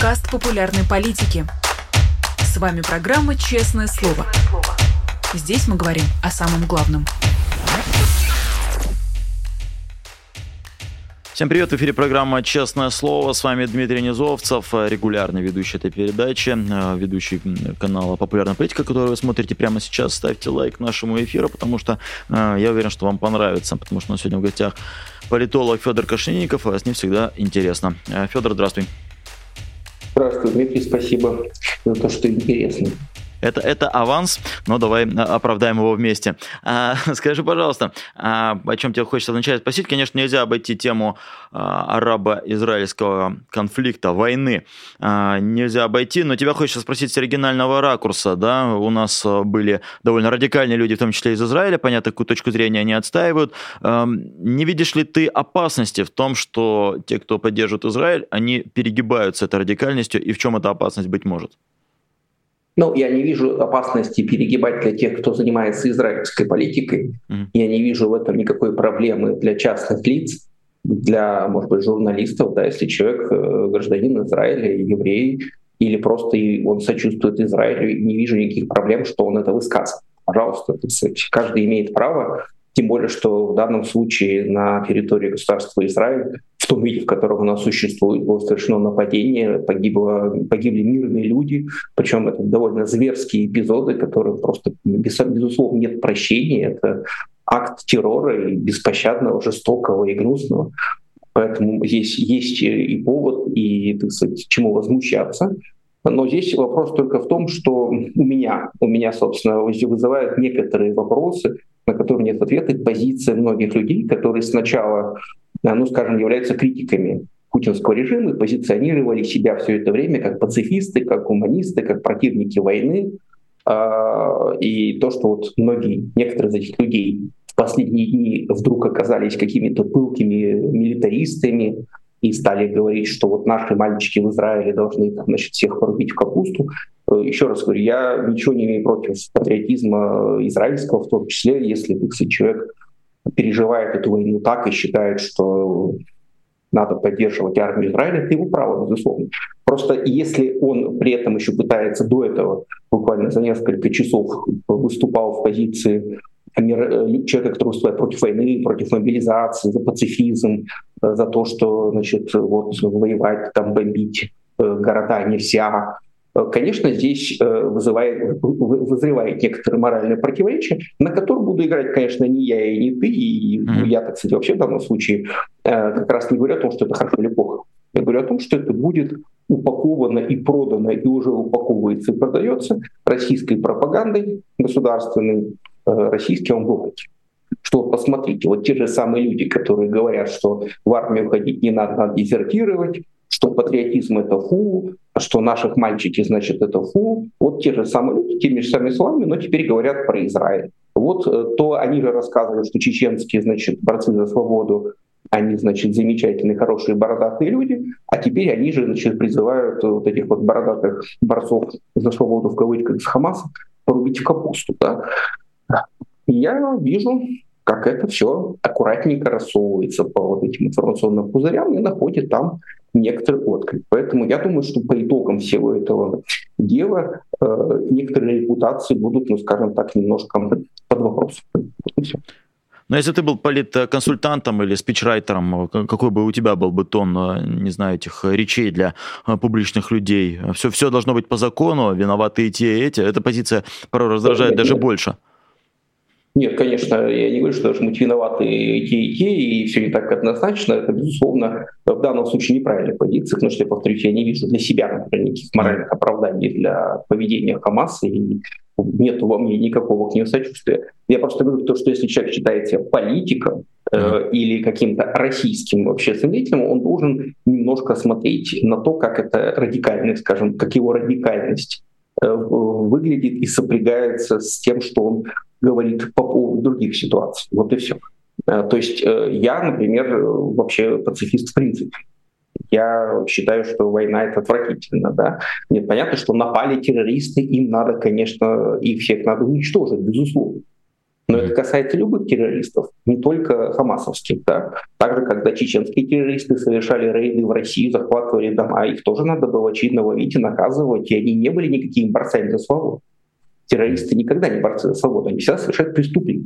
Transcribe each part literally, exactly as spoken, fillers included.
подкаст популярной политики. С вами программа «Честное слово». Здесь мы говорим о самом главном. Всем привет, в эфире программа «Честное слово». С вами Дмитрий Низовцев, регулярный ведущий этой передачи, ведущий канала «Популярная политика», который вы смотрите прямо сейчас. Ставьте лайк нашему эфиру, потому что я уверен, что вам понравится, потому что у нас сегодня в гостях политолог Федор Кашенинников, а с ним всегда интересно. Федор, здравствуй. Здравствуй, Дмитрий, спасибо за то, что интересно. Это, это аванс, но давай оправдаем его вместе. А, скажи, пожалуйста, а, о чем тебе хочется вначале спросить? Конечно, нельзя обойти тему а, арабо-израильского конфликта, войны. А, нельзя обойти, но тебя хочется спросить с оригинального ракурса. Да? У нас были довольно радикальные люди, в том числе из Израиля, понятно, какую точку зрения они отстаивают. А, не видишь ли ты опасности в том, что те, кто поддерживает Израиль, они перегибают с этой радикальностью, и в чем эта опасность быть может? Ну, я не вижу опасности перегибать для тех, кто занимается израильской политикой. Mm-hmm. Я не вижу в этом никакой проблемы для частных лиц, для, может быть, журналистов, да, если человек гражданин Израиля, еврей, или просто он сочувствует Израилю, не вижу никаких проблем, что он это высказывает. Пожалуйста, каждый имеет право, тем более, что в данном случае на территории государства Израиль, в том виде, в котором оно существует, было совершено нападение, погибло, погибли мирные люди, причем это довольно зверские эпизоды, которые просто, безусловно, нет прощения, это акт террора и беспощадного, жестокого и гнусного. Поэтому здесь есть и повод, и, так сказать, чему возмущаться. Но здесь вопрос только в том, что у меня, у меня, собственно, вызывают некоторые вопросы, на которые нет ответа, позиция многих людей, которые сначала, ну, скажем, являются критиками путинского режима и позиционировали себя все это время как пацифисты, как гуманисты, как противники войны. И то, что вот многие, некоторые из этих людей в последние дни вдруг оказались какими-то пылкими милитаристами и стали говорить, что вот наши мальчики в Израиле должны, там, значит, всех порубить в капусту. Еще раз говорю, я ничего не имею против патриотизма израильского, в том числе, если, так сказать, человек переживает эту войну так и считает, что надо поддерживать армию Израиля, это его право, безусловно. Просто если он при этом еще пытается до этого, буквально за несколько часов, выступал в позиции человека, который выступает против войны, против мобилизации, за пацифизм, за то, что, значит, вот воевать, там, бомбить города нельзя. Конечно, здесь вызывает, вызревает некоторые моральные противоречия, на которые буду играть, конечно, не я и не ты, и mm-hmm. я, так сказать, вообще в данном случае как раз не говорю о том, что это хорошо или плохо. Я говорю о том, что это будет упаковано и продано, и уже упаковывается и продается российской пропагандой государственной, российским обывателям. Что, посмотрите, вот те же самые люди, которые говорят, что в армию ходить не надо, надо дезертировать, что патриотизм — это фу, что наших мальчики, значит, это фу. Вот те же самые люди, теми же самыми словами, но теперь говорят про Израиль. Вот то они же рассказывают, что чеченские, значит, борцы за свободу, они, значит, замечательные, хорошие, бородатые люди, а теперь они же, значит, призывают вот этих вот бородатых борцов за свободу, в кавычках, с Хамаса, порубить в капусту. Да? И я вижу, как это все аккуратненько рассовывается по вот этим информационным пузырям и находит там некоторый отклик. Поэтому я думаю, что по итогам всего этого дела э, некоторые репутации будут, ну, скажем так, немножко под вопросом. И все. Но если ты был политконсультантом или спичрайтером, какой бы у тебя был бы тон, не знаю, этих речей для публичных людей? Все, все должно быть по закону, виноваты и те, и эти. Эта позиция порой раздражает даже больше. Нет, конечно, я не говорю, что должны быть виноваты и те, и те, и все не так однозначно. Это, безусловно, в данном случае неправильная позиция, потому что, я повторюсь, я не вижу для себя, например, никаких моральных оправданий для поведения Хамаса, и нет во мне никакого к нему сочувствия. Я просто говорю то, что если человек считает себя политиком э, или каким-то российским общественным деятелем, он должен немножко смотреть на то, как это радикальность, скажем, как его радикальность э, выглядит и сопрягается с тем, что он говорит по поводу других ситуаций. Вот и все. То есть я, например, вообще пацифист в принципе. Я считаю, что война — это отвратительно. Да? Нет, понятно, что напали террористы, им надо, конечно, их всех надо уничтожить, безусловно. Но это касается любых террористов, не только хамасовских. Да? Также, когда чеченские террористы совершали рейды в Россию, захватывали дома, их тоже надо было очевидно ловить и наказывать, и они не были никакими борцами за свободу. Террористы никогда не борцы за свободу, они всегда совершают преступления.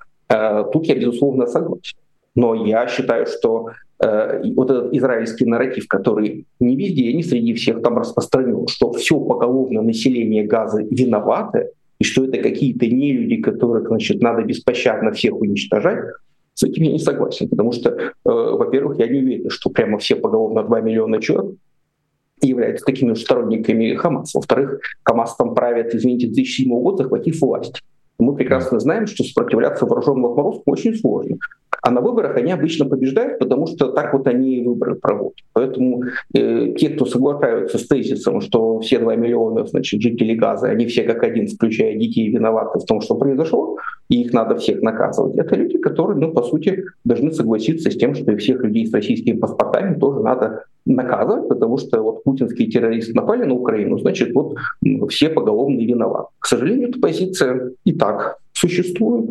Тут я, безусловно, согласен. Но я считаю, что э, вот этот израильский нарратив, который не везде, не среди всех там распространен, что все поголовно население Газы виноваты, и что это какие-то нелюди, которых, значит, надо беспощадно всех уничтожать, с этим я не согласен. Потому что, э, во-первых, я не уверен, что прямо все поголовно два миллиона человек являются такими же сторонниками Хамаса. Во-вторых, Хамас там правит, извините, с две тысячи седьмого года, захватив власть. Мы прекрасно знаем, что сопротивляться вооруженным отморозкам очень сложно. А на выборах они обычно побеждают, потому что так вот они и выборы проводят. Поэтому э, те, кто соглашаются с тезисом, что все два миллиона, значит, жителей Газы, они все как один, включая детей, виноваты в том, что произошло, и их надо всех наказывать, это люди, которые, ну, по сути, должны согласиться с тем, что и всех людей с российскими паспортами тоже надо наказывать, потому что вот путинские террористы напали на Украину, значит, вот все поголовно виноваты. К сожалению, эта позиция и так существует.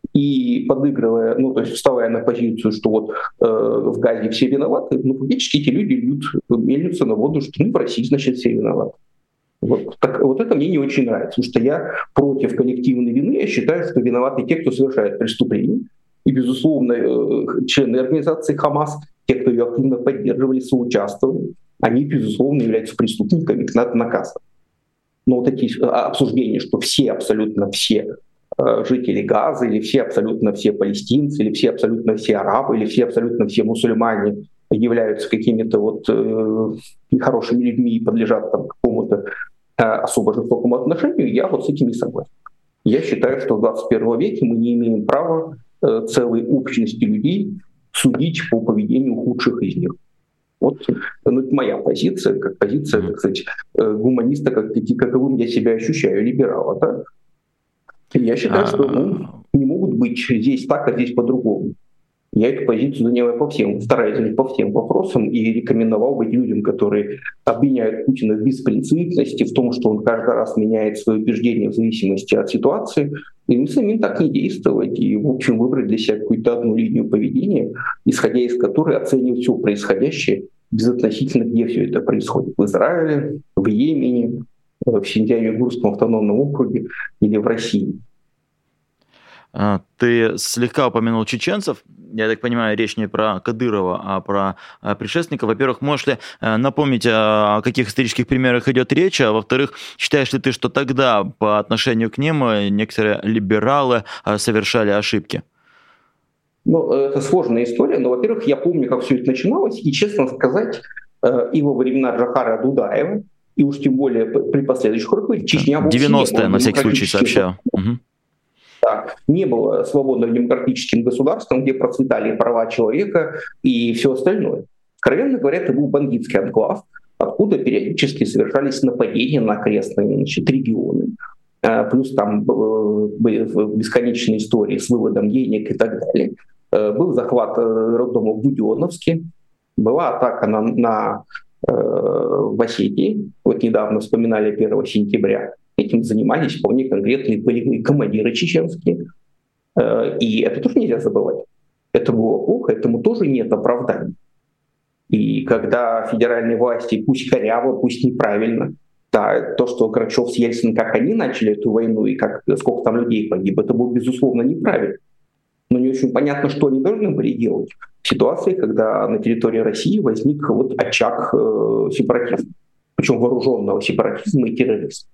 И подыгрывая, ну, то есть вставая на позицию, что вот э, в Газе все виноваты, ну, фактически эти люди льют, мельнутся на воду, что ну, в России, значит, все виноваты. Вот, так, вот это мне не очень нравится, потому что я против коллективной вины, я считаю, что виноваты те, кто совершает преступления. И, безусловно, э, члены организации Хамас, те, кто ее активно поддерживали, соучаствовали, они, безусловно, являются преступниками, их надо наказывать. Но вот эти обсуждения, что все, абсолютно все жители Газа, или все абсолютно все палестинцы, или все абсолютно все арабы, или все абсолютно все мусульмане являются какими-то вот э, нехорошими людьми и подлежат там какому-то э, особо жестокому отношению, я вот с этим не согласен. Я считаю, что в двадцать первом веке мы не имеем права э, целой общности людей судить по поведению худших из них. Вот ну, это моя позиция, как позиция, так сказать, гуманиста, как, каковым я себя ощущаю, либерала, да? Я считаю, что ну, не могут быть здесь так, а здесь по-другому. Я эту позицию занимаю по всем, стараюсь занять по всем вопросам и рекомендовал быть людям, которые обвиняют Путина в беспринципности, в том, что он каждый раз меняет свои убеждения в зависимости от ситуации, и мы самим так не действовать, и, в общем, выбрать для себя какую-то одну линию поведения, исходя из которой оценивать все происходящее безотносительно, где все это происходит. В Израиле, в Йемене, в Синьцзяне-Уйгурском автономном округе или в России. Ты слегка упомянул чеченцев. Я так понимаю, речь не про Кадырова, а про предшественника. Во-первых, можешь ли напомнить, о каких исторических примерах идет речь? А во-вторых, считаешь ли ты, что тогда по отношению к ним некоторые либералы совершали ошибки? Ну, это сложная история, но, во-первых, я помню, как все это начиналось, и, честно сказать, и во времена Джохара Дудаева, и уж тем более при последующих руководителях Чечня вовсе не была девяностые, на всякий случай, сообщаю. Угу. Да, не было свободным демократическим государством, где процветали права человека и все остальное. Откровенно говоря, это был бандитский анклав, откуда периодически совершались нападения на окрестные, значит, регионы. Плюс там были бесконечные истории с выводом денег и так далее. Был захват роддома в Буденновске, была атака на, на в Осетии, вот недавно вспоминали первого сентября, этим занимались вполне конкретные полевые командиры чеченские, и это тоже нельзя забывать. Это было плохо, этому тоже нет оправданий. И когда федеральные власти, пусть коряво, пусть неправильно, да, то, что Грачев с Ельциным, как они начали эту войну и как, сколько там людей погибло, это было, безусловно, неправильно. Но не очень понятно, что они должны были делать в ситуации, когда на территории России возник вот очаг э, сепаратизма, причем вооруженного сепаратизма и терроризма.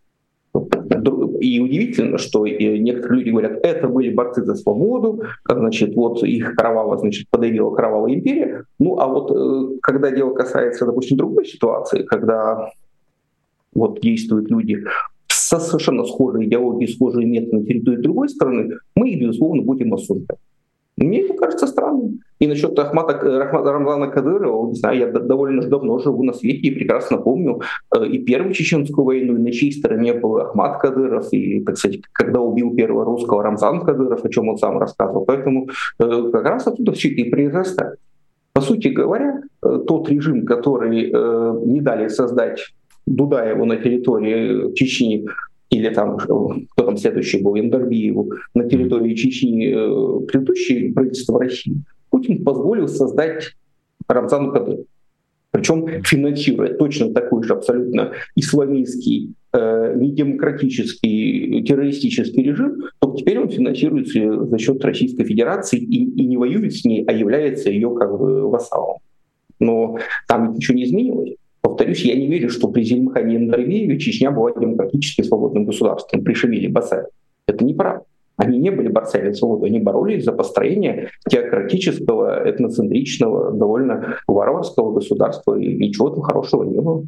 И удивительно, что некоторые люди говорят, это были борцы за свободу, значит, вот их кроваво, значит, подавила кровавая империя. Ну, а вот когда дело касается, допустим, другой ситуации, когда вот действуют люди со совершенно схожей идеологией, схожие методы на территории другой страны, мы их, безусловно, будем осуждать. Мне это кажется странным. И насчет Ахмата, Рахмата Рамзана Кадырова, не знаю, я довольно давно живу на свете и прекрасно помню э, и Первую Чеченскую войну, и на чьей стороне был Ахмат Кадыров, и, так сказать, когда убил первого русского Рамзан Кадыров, о чем он сам рассказывал. Поэтому э, как раз оттуда все это и произрастает. По сути говоря, э, тот режим, который э, не дали создать Дудаеву на территории Чечни, или там, кто там следующий был, Яндарбиеву, на территории Чечни э, предыдущее правительство России, Путин позволил создать Рамзану Кадырова. Причем финансируя точно такой же абсолютно исламистский, э, недемократический, террористический режим, то теперь он финансируется за счет Российской Федерации и, и не воюет с ней, а является ее как бы вассалом. Но там ничего не изменилось. Повторюсь, я не верю, что при Зельмхане Яндарбиеве Чечня была демократически свободным государством при Шамиле Басаеве. Это неправда. Они не были борцами за свободу, они боролись за построение теократического, этноцентричного, довольно варварского государства, и ничего там хорошего не было.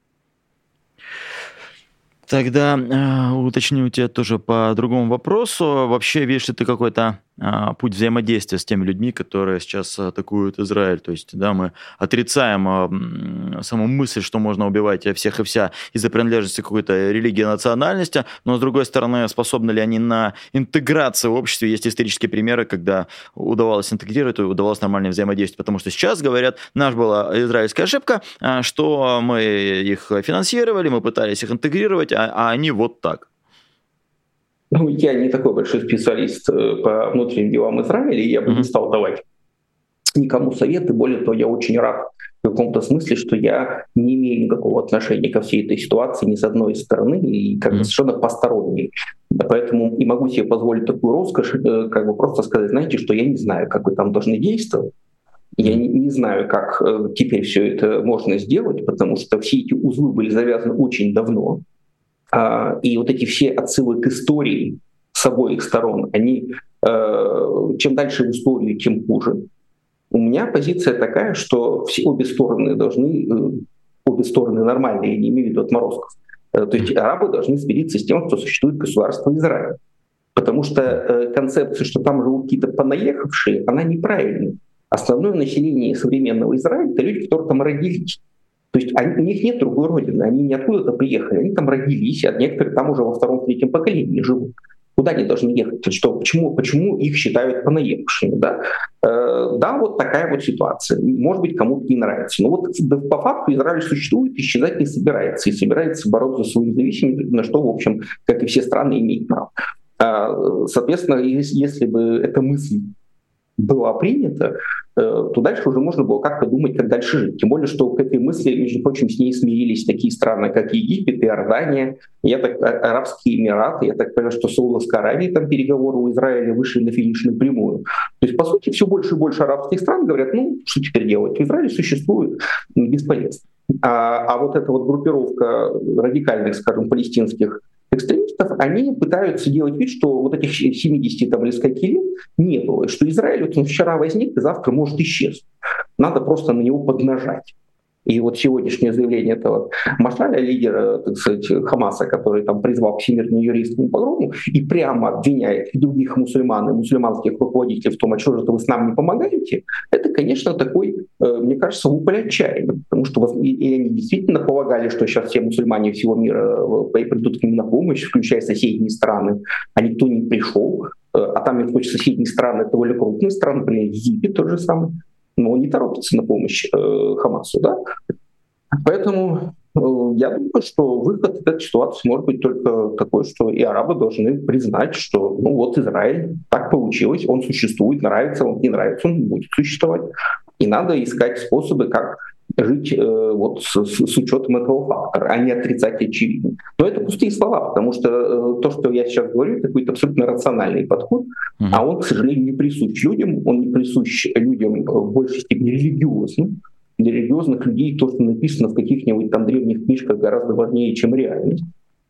Тогда э, уточню тебя тоже по другому вопросу. Вообще, видишь ли ты какой-то э, путь взаимодействия с теми людьми, которые сейчас атакуют Израиль? То есть, да, мы отрицаем э, саму мысль, что можно убивать всех и вся из-за принадлежности к какой-то религии, национальности, но, с другой стороны, способны ли они на интеграцию в обществе? Есть исторические примеры, когда удавалось интегрировать, удавалось нормально взаимодействовать, потому что сейчас говорят, наша была израильская ошибка, э, что мы их финансировали, мы пытались их интегрировать, а они вот так. Ну, я не такой большой специалист по внутренним делам Израиля, и я бы mm-hmm. не стал давать никому советы. Более того, я очень рад в каком-то смысле, что я не имею никакого отношения ко всей этой ситуации ни с одной стороны, и как бы mm-hmm. совершенно посторонний. Поэтому и могу себе позволить такую роскошь, как бы просто сказать, знаете, что я не знаю, как вы там должны действовать. Я не, не знаю, как э, теперь все это можно сделать, потому что все эти узлы были завязаны очень давно. И вот эти все отсылы к истории с обоих сторон, они чем дальше в историю, тем хуже. У меня позиция такая, что все обе стороны должны, обе стороны нормальные, я не имею в виду отморозков. То есть арабы должны смириться с тем, что существует государство Израиль. Потому что концепция, что там живут какие-то понаехавшие, она неправильная. Основное население современного Израиля — это люди, которые там родились. То есть они, у них нет другой родины, они не откуда-то приехали, они там родились, а некоторые там уже во втором-третьем поколении живут. Куда они должны ехать? Что, почему, почему их считают понаехавшими? Да? Э, да, вот такая вот ситуация. Может быть, кому-то не нравится. Но вот да, по факту Израиль существует, исчезать не собирается. И собирается бороться за свою независимость, на что, в общем, как и все страны, имеет право. Э, соответственно, если, если бы эта мысль была принята, то дальше уже можно было как-то думать, как дальше жить. Тем более, что к этой мысли, между прочим, с ней смирились такие страны, как Египет, Иордания, я так, Арабские Эмираты. Я так понимаю, что с Саудовской Аравией там переговоры у Израиля вышли на финишную прямую. То есть, по сути, все больше и больше арабских стран говорят, ну, что теперь делать? В Израиле существует, бесполезно. А, а вот эта вот группировка радикальных, скажем, палестинских экстремистов, они пытаются делать вид, что вот этих семидесяти там, или скольки лет не было, что Израиль вот он вчера возник и завтра может исчезнуть. Надо просто на него поднажать. И вот сегодняшнее заявление этого Машаля, лидера, так сказать, Хамаса, который там призвал к всемирному еврейскому погрому и прямо обвиняет и других мусульман, и мусульманских руководителей в том, а что же вы с нами не помогаете, это, конечно, такой, мне кажется, вопль отчаяния. Потому что и они действительно полагали, что сейчас все мусульмане всего мира придут к ним на помощь, включая соседние страны, а никто не пришел. А там, хоть соседние страны, это более крупные страны, например, Египет тот же самый. Но он не торопится на помощь э, Хамасу, да? Поэтому э, я думаю, что выход из этой ситуации может быть только такой, что и арабы должны признать, что ну вот Израиль, так получилось, он существует, нравится он, не нравится, он будет существовать. И надо искать способы, как жить э, вот с, с, с учетом этого фактора, а не отрицать очевидно. Но это пустые слова, потому что э, то, что я сейчас говорю, это какой-то абсолютно рациональный подход, mm-hmm. а он, к сожалению, не присущ людям, он не присущ людям в большей степени религиозным. Для религиозных людей то, что написано в каких-нибудь там древних книжках, гораздо важнее, чем реальность.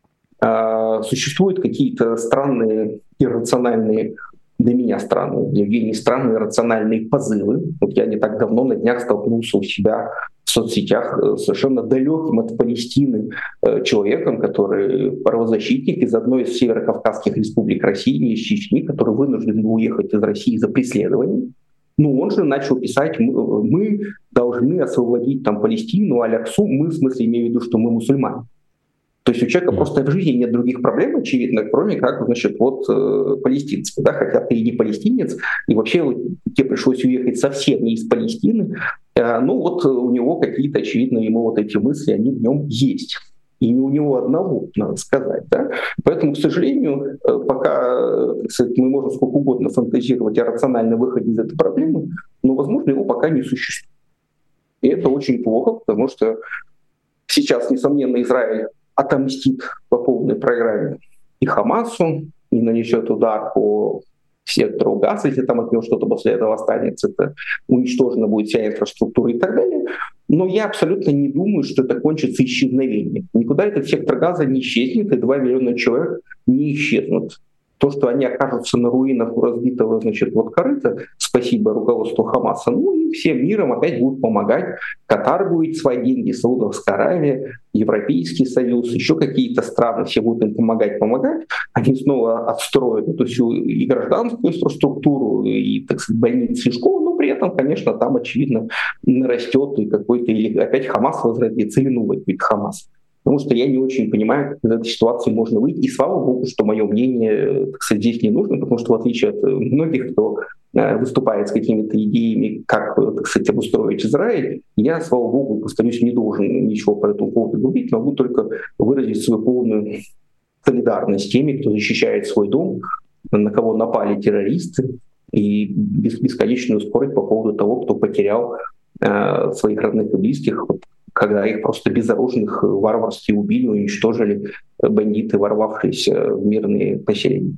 А, существуют какие-то странные, иррациональные, для меня странные, для Евгения странные рациональные позывы. Вот я не так давно на днях столкнулся у себя в соцсетях совершенно далеким от Палестины человеком, который правозащитник из одной из северокавказских республик России, не из Чечни, который вынужден был уехать из России за преследование. Ну, он же начал писать, мы должны освободить там Палестину, Аль-Аксу, мы в смысле имею в виду, что мы мусульмане. То есть у человека просто в жизни нет других проблем, очевидно, кроме как, значит, вот э, палестинцев, да, хотя ты и не палестинец, и вообще вот, тебе пришлось уехать совсем не из Палестины, э, ну вот у него какие-то, очевидно, ему вот эти мысли, они в нем есть. И не у него одного, надо сказать. Да? Поэтому, к сожалению, пока, так сказать, мы можем сколько угодно фантазировать о рациональном выходе из этой проблемы, но, возможно, его пока не существует. И это очень плохо, потому что сейчас, несомненно, Израиль отомстит по полной программе и Хамасу, и нанесет удар по сектору Газа, если там от него что-то после этого останется, это уничтожена будет вся инфраструктура и так далее. Но я абсолютно не думаю, что это кончится исчезновением. Никуда этот сектор Газа не исчезнет, и два миллиона человек не исчезнут. То, что они окажутся на руинах у разбитого, значит, вот корыта, спасибо руководству Хамаса, ну и всем миром опять будут помогать. Катар будет свои деньги, Саудовская Аравия, Европейский Союз, еще какие-то страны, все будут им помогать, помогать. Они снова отстроят эту всю и гражданскую инфраструктуру, и, так сказать, больницы, и школы, но при этом, конечно, там, очевидно, нарастет и какой-то, или опять Хамас возродится, или новый вид Хамас. Потому что я не очень понимаю, как из этой ситуации можно выйти. И слава богу, что мое мнение, так сказать, здесь не нужно, потому что в отличие от многих, кто э, выступает с какими-то идеями, как, так сказать, обустроить Израиль, я, слава богу, повторюсь, не должен ничего по этому поводу говорить, могу только выразить свою полную солидарность с теми, кто защищает свой дом, на кого напали террористы, и бесконечную скорость по поводу того, кто потерял э, своих родных и близких, когда их просто безоружных варварски убили, уничтожили бандиты, ворвавшиеся в мирные поселения.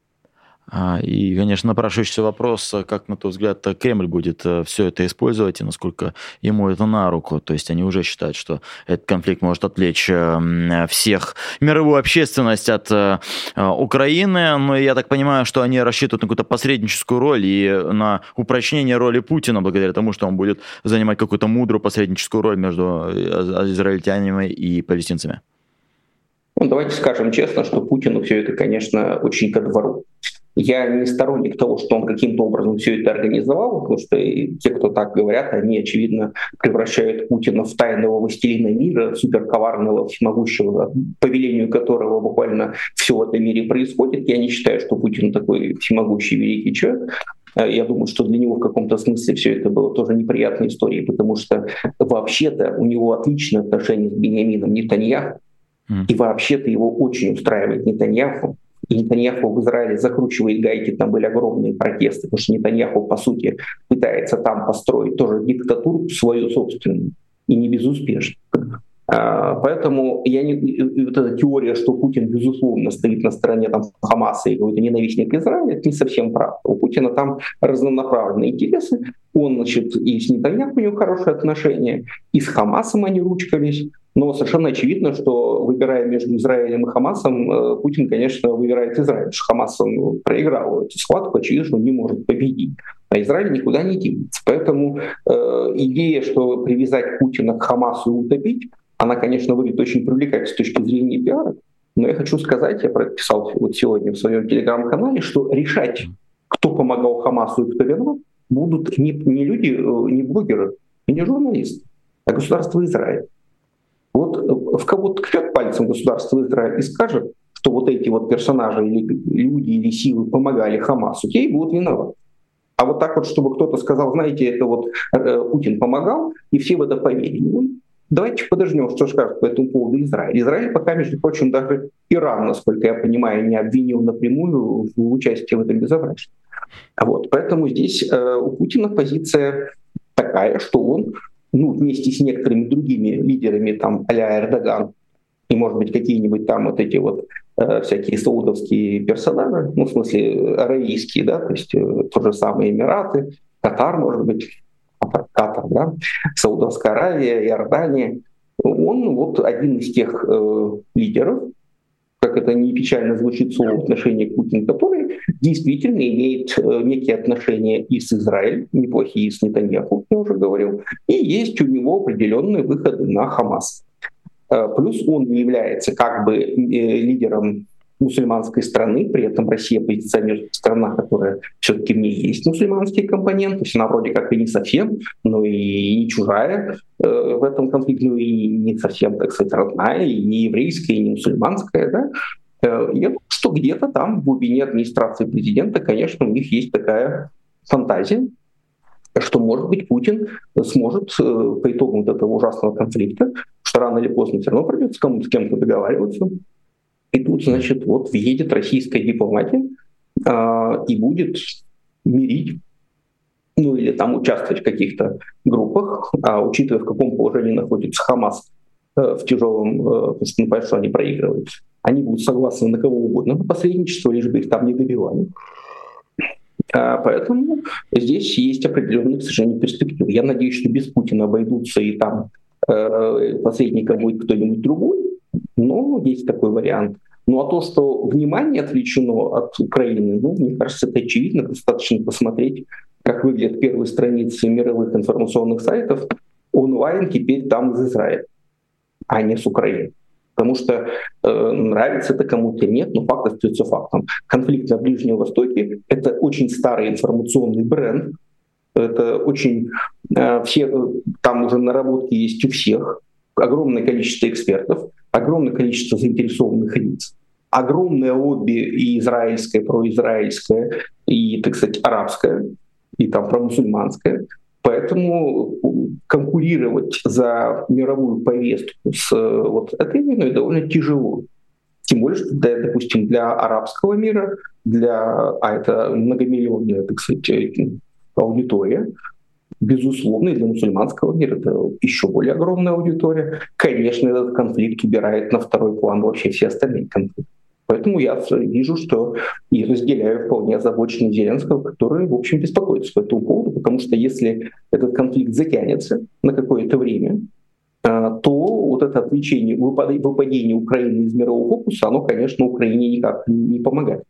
И, конечно, напрашивающийся вопрос, как, на твой взгляд, Кремль будет все это использовать и насколько ему это на руку. То есть они уже считают, что этот конфликт может отвлечь всех, мировую общественность от Украины. Но я так понимаю, что они рассчитывают на какую-то посредническую роль и на упрочнение роли Путина благодаря тому, что он будет занимать какую-то мудрую посредническую роль между израильтянами и палестинцами. Ну, давайте скажем честно, что Путину все это, конечно, очень ко двору. Я не сторонник того, что он каким-то образом все это организовал, потому что те, кто так говорят, они, очевидно, превращают Путина в тайного властелина мира, суперковарного, всемогущего, по велению которого буквально все в этом мире происходит. Я не считаю, что Путин такой всемогущий, великий человек. Я думаю, что для него в каком-то смысле все это было тоже неприятной историей, потому что вообще-то у него отличные отношения с Биньямином Нетаньяху, mm. и вообще-то его очень устраивает Нетаньяху. И Нетаньяху в Израиле закручивает гайки, там были огромные протесты, потому что Нетаньяху, по сути, пытается там построить тоже диктатуру свою собственную, и не безуспешно. Поэтому я не, вот эта теория, что Путин, безусловно, стоит на стороне там, Хамаса и какой-то ненавистник Израиля, это не совсем правда. У Путина там разнонаправленные интересы. Он, значит, и с Нетаньяху у него хорошие отношения, и с Хамасом они ручкались. Но совершенно очевидно, что, выбирая между Израилем и Хамасом, Путин, конечно, выбирает Израиль, потому что Хамас он проиграл эту схватку, очевидно, что он не может победить. А Израиль никуда не денется. Поэтому э, идея, что привязать Путина к Хамасу и утопить, она, конечно, выглядит очень привлекательной с точки зрения пиара. Но я хочу сказать, я прописал вот сегодня в своем телеграм-канале, что решать, кто помогал Хамасу и кто виноват, будут не, не люди, не блогеры и не журналисты, а государство Израиль. Вот в кого ткнет пальцем государство Израиль и скажет, что вот эти вот персонажи или люди или силы помогали Хамасу, те и будут виноваты. А вот так вот, чтобы кто-то сказал, знаете, это вот э, Путин помогал, и все в это поверили. Ну, давайте подождем, что скажет по этому поводу Израиль. Израиль пока, между прочим, даже Иран, насколько я понимаю, не обвинил напрямую в участии в этом безобразии. Вот. Поэтому здесь э, у Путина позиция такая, что он ну, вместе с некоторыми другими лидерами, там, а-ля Эрдоган, и, может быть, какие-нибудь там вот эти вот э, всякие саудовские персонажи, ну, в смысле, аравийские, да, то есть э, то же самое Эмираты, Катар, может быть, Катар, да, Саудовская Аравия, Иордания. Он вот один из тех э, лидеров, как это не печально звучит слово в отношении к Путину, который действительно имеет э, некие отношения и с Израилем, неплохие с Нетаньяху, я уже говорил, и есть у него определенные выходы на Хамас. Э, плюс он не является как бы э, лидером мусульманской страны, при этом Россия позиционирует страна, которая все-таки в ней есть мусульманский компонент, то есть она вроде как и не совсем, но и не чужая э, в этом конфликте, ну и не совсем, так сказать, родная, и не еврейская, и не мусульманская, да. Э, я думаю, что где-то там в глубине администрации президента, конечно, у них есть такая фантазия, что, может быть, Путин сможет э, по итогам вот этого ужасного конфликта, что рано или поздно все равно придется кому-то с кем-то договариваться. И тут, значит, вот въедет российская дипломатия э, и будет мирить, ну или там участвовать в каких-то группах, а учитывая, в каком положении находится Хамас э, в тяжелом, э, потому что, ну, понятно, что они проигрывают, они будут согласны на кого угодно, на посредничество, лишь бы их там не добивали. А, поэтому здесь есть определенные, к сожалению, перспективы. Я надеюсь, что без Путина обойдутся, и там э, посредником будет кто-нибудь другой, но есть такой вариант. Ну а то, что внимание отвлечено от Украины, ну, мне кажется, это очевидно. Достаточно посмотреть, как выглядят первые страницы мировых информационных сайтов онлайн теперь там из Израиля, а не с Украины. Потому что э, нравится это кому-то, нет, но факт остается фактом. Конфликт на Ближнем Востоке — это очень старый информационный бренд, это очень... Э, все, там уже наработки есть у всех, огромное количество экспертов, огромное количество заинтересованных лиц, огромное лобби и израильское, произраильское, и, так сказать, арабское, и там промусульманское. Поэтому конкурировать за мировую повестку с вот этой войной довольно тяжело. Тем более, что, для, допустим, для арабского мира, для, а это многомиллионная, так сказать, аудитория, безусловно, и для мусульманского мира это еще более огромная аудитория. Конечно, этот конфликт убирает на второй план вообще все остальные конфликты. Поэтому я вижу, что и разделяю вполне озабоченность Зеленского, который, в общем, беспокоится по этому поводу, потому что если этот конфликт затянется на какое-то время, то вот это отвлечение, выпадение Украины из мирового фокуса, оно, конечно, Украине никак не помогает.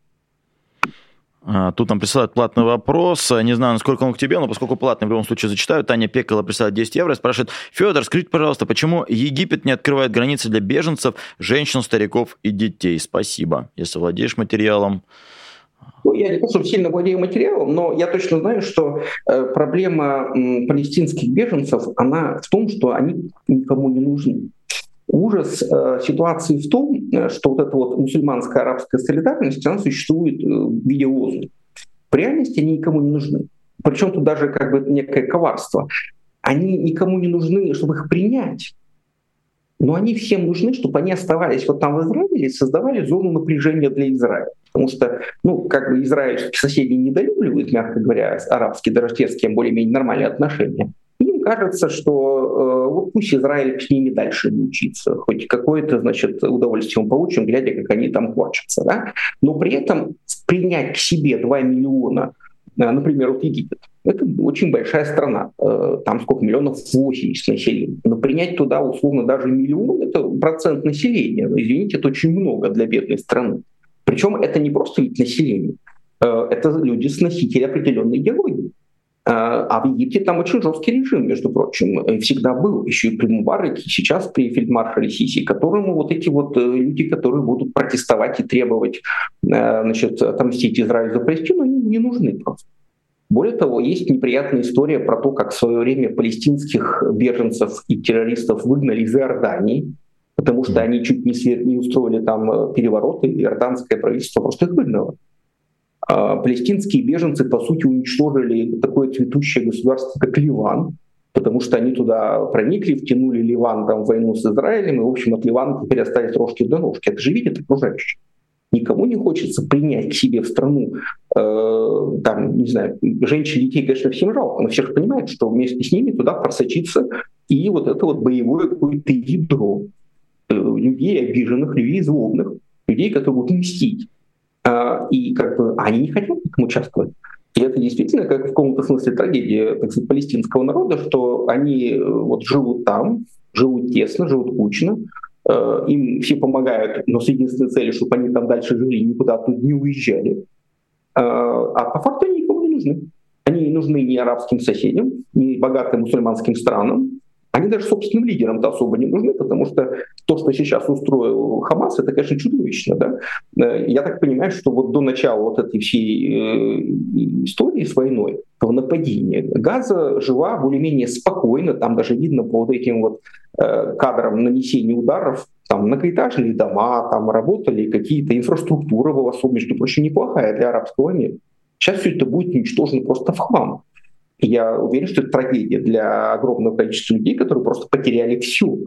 Тут нам присылают платный вопрос. Не знаю, насколько он к тебе, но поскольку платный, в любом случае зачитаю. Таня Пекала присылает десять евро и спрашивает: Федор, скажите, пожалуйста, почему Египет не открывает границы для беженцев, женщин, стариков и детей? Спасибо. Если владеешь материалом. Ну, я не то, что сильно владею материалом, но я точно знаю, что э, проблема м, палестинских беженцев, она в том, что они никому не нужны. Ужас э, ситуации в том, что вот эта вот мусульманская арабская солидарность, она существует э, в виде лозунга. В реальности они никому не нужны. Причем тут даже как бы некое коварство. Они никому не нужны, чтобы их принять. Но они всем нужны, чтобы они оставались вот там в Израиле и создавали зону напряжения для Израиля. Потому что, ну, как бы израильские соседи недолюбливают, мягко говоря, арабские, даже те, с кем более-менее нормальные отношения. Им кажется, что э, вот пусть Израиль с ними дальше не учится, хоть какое-то, значит, удовольствие мы получим, глядя, как они там плачутся, да? Но при этом принять к себе два миллиона, э, например, вот Египет, это очень большая страна, э, там сколько миллионов, восемьдесят населения, но принять туда условно даже миллион, это процент населения, извините, это очень много для бедной страны. Причем это не просто вид населения, э, это люди с носителями определенной идеологии. А в Египте там очень жесткий режим, между прочим, всегда был, еще и при Мубараке, сейчас при фельдмаршале Сиси, которому вот эти вот люди, которые будут протестовать и требовать, значит, отомстить Израилю за Палестину, они не нужны просто. Более того, есть неприятная история про то, как в свое время палестинских беженцев и террористов выгнали из Иордании, потому что они чуть не, не устроили там перевороты, и иорданское правительство просто их выгнало. Палестинские беженцы, по сути, уничтожили такое цветущее государство, как Ливан, потому что они туда проникли, втянули Ливан там, в войну с Израилем, и, в общем, от Ливана теперь остались рожки до ножки. Это же видят окружающие. Никому не хочется принять к себе в страну, э, там, не знаю, женщин, детей, конечно, всем жалко, но все же понимают, что вместе с ними туда просочится и вот это вот боевое какое-то ядро э, людей обиженных, людей злобных, людей, которые будут мстить. И как бы они не хотят в этом участвовать. И это действительно, как в каком-то смысле, трагедия, так сказать, палестинского народа, что они вот живут там, живут тесно, живут кучно, им все помогают, но с единственной целью, чтобы они там дальше жили, никуда оттуда не уезжали. А по факту они никому не нужны. Они не нужны ни арабским соседям, ни богатым мусульманским странам. Они даже собственным лидерам-то особо не нужны, потому что то, что сейчас устроил Хамас, это, конечно, чудовищно. Да? Я так понимаю, что вот до начала вот этой всей истории с войной, этого нападения, Газа жила более-менее спокойно, там даже видно по вот этим вот кадрам нанесения ударов, там многоэтажные дома, там работали какие-то, инфраструктура была, между прочим, неплохая для арабского мира. Сейчас все это будет уничтожено просто в хлам. Я уверен, что это трагедия для огромного количества людей, которые просто потеряли все с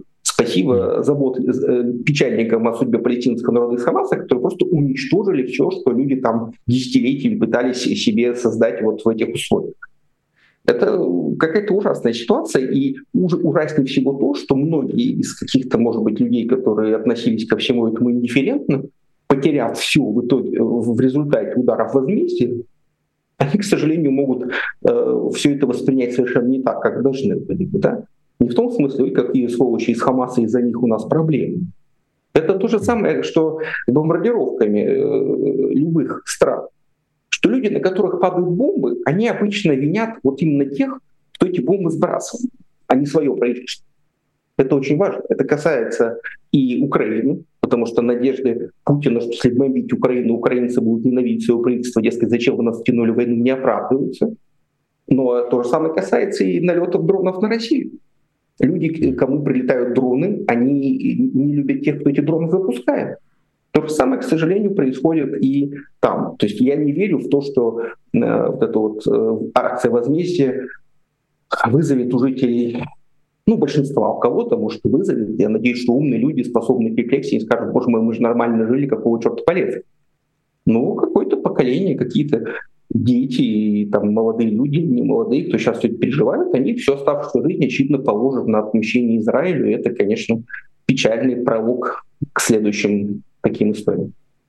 Спасибо забот, печальникам о судьбе палестинского народа из Хамаса, которые просто уничтожили все, что люди там десятилетиями пытались себе создать вот в этих условиях. Это какая-то ужасная ситуация, и ужаснее всего то, что многие из каких-то, может быть, людей, которые относились ко всему этому индифферентно, потеряв все в итоге в результате ударов возмездия, они, к сожалению, могут э, все это воспринять совершенно не так, как должны были бы, да? Не в том смысле, какие сволочи из Хамаса, из-за них у нас проблемы. Это то же самое, что с бомбардировками э, любых стран. Что люди, на которых падают бомбы, они обычно винят вот именно тех, кто эти бомбы сбрасывал, а не свое правительство. Это очень важно. Это касается и Украины, потому что надежды Путина, что если бомбить Украину, украинцы будут ненавидеть своего правительства, дескать, зачем вы нас втянули в войну, не оправдываются. Но то же самое касается и налетов дронов на Россию. Люди, кому прилетают дроны, они не любят тех, кто эти дроны запускает. То же самое, к сожалению, происходит и там. То есть я не верю в то, что э, вот эта вот э, акция возмездия вызовет у жителей, ну, большинства, у кого-то, может, и вызовет. Я надеюсь, что умные люди, способные к рефлексии, скажут: боже мой, мы же нормально жили, какого черта полезли. Ну, какое-то поколение, какие-то дети, и, там, молодые люди, не молодые, кто сейчас все это переживает, они всю оставшуюся жизнь, очевидно, положат на отмщение Израилю. И это, конечно, печальный пролог к следующим таким историям.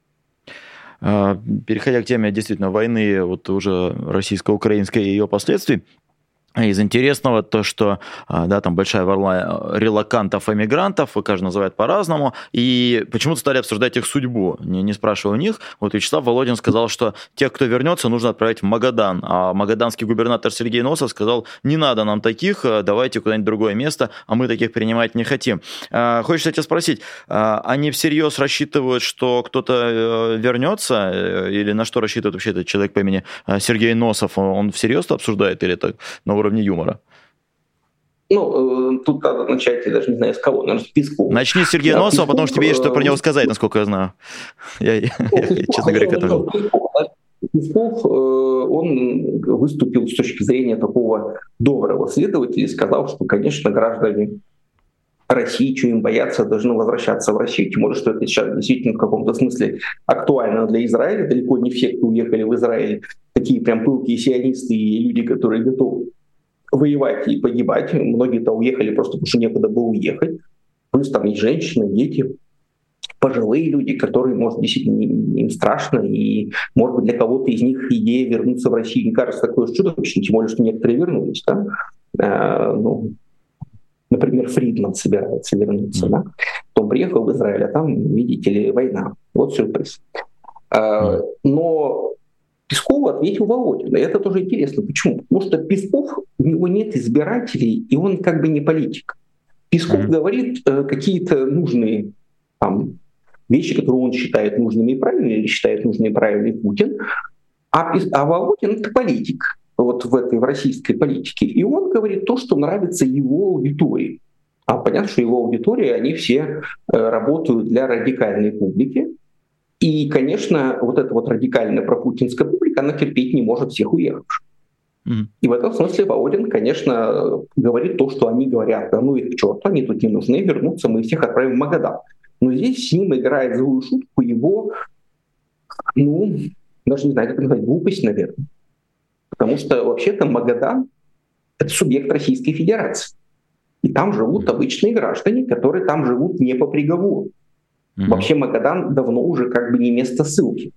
Переходя к теме действительно войны, вот уже российско-украинской и ее последствий, из интересного то, что да, там большая волна релокантов, эмигрантов, каждый называет по-разному, и почему-то стали обсуждать их судьбу, не, не спрашивая у них. Вот Вячеслав Володин сказал, что тех, кто вернется, нужно отправить в Магадан, а магаданский губернатор Сергей Носов сказал: не надо нам таких, давайте куда-нибудь в другое место, а мы таких принимать не хотим. Хочется тебя спросить, они всерьез рассчитывают, что кто-то вернется, или на что рассчитывает вообще этот человек по имени Сергей Носов? Он всерьез обсуждает или так на уровне юмора? Ну, тут надо начать, я даже не знаю, с кого, наверное, с Пескова. Начни с Сергея Носова, Песков, потому что тебе есть что про него сказать, насколько я знаю. Я, я, я, честно говоря, к этому... Песков, он выступил с точки зрения такого доброго следователя и сказал, что, конечно, граждане России, чего им бояться, должны возвращаться в Россию. Тем более, что это сейчас действительно в каком-то смысле актуально для Израиля. Далеко не все, кто уехали в Израиль, такие прям пылкие сионисты и люди, которые готовы воевать и погибать. Многие-то уехали просто потому, что некуда было уехать. Плюс там есть женщины, дети, пожилые люди, которые, может, действительно им страшно. И, может быть, для кого-то из них идея вернуться в Россию не кажется такой уж чудовищной, тем более, что некоторые вернулись. Да? А, ну, например, Фридман собирается вернуться. Mm. Да? Он приехал в Израиль, а там, видите ли, война. Вот сюрприз. А, но Пескову ответил Володин. И это тоже интересно. Почему? Потому что Песков, у него нет избирателей, и он как бы не политик. Песков mm-hmm. говорит э, какие-то нужные там, вещи, которые он считает нужными и правильными, или считает нужными и правильными Путин, а, а Володин — это политик вот в этой в российской политике. И он говорит то, что нравится его аудитории. А понятно, что его аудитория, они все э, работают для радикальной публики. И, конечно, вот эта вот радикальная пропутинская публика, она терпеть не может всех уехавших. Mm-hmm. И в этом смысле Володин, конечно, говорит то, что они говорят: да ну их к черту, они тут не нужны, вернутся, мы всех отправим в Магадан. Но здесь с ним играет злую шутку его, ну, даже не знаю, как назвать, глупость, наверное. Потому что вообще-то Магадан — это субъект Российской Федерации. И там живут обычные граждане, которые там живут не по приговору. Mm-hmm. Вообще Магадан давно уже как бы не место ссылки.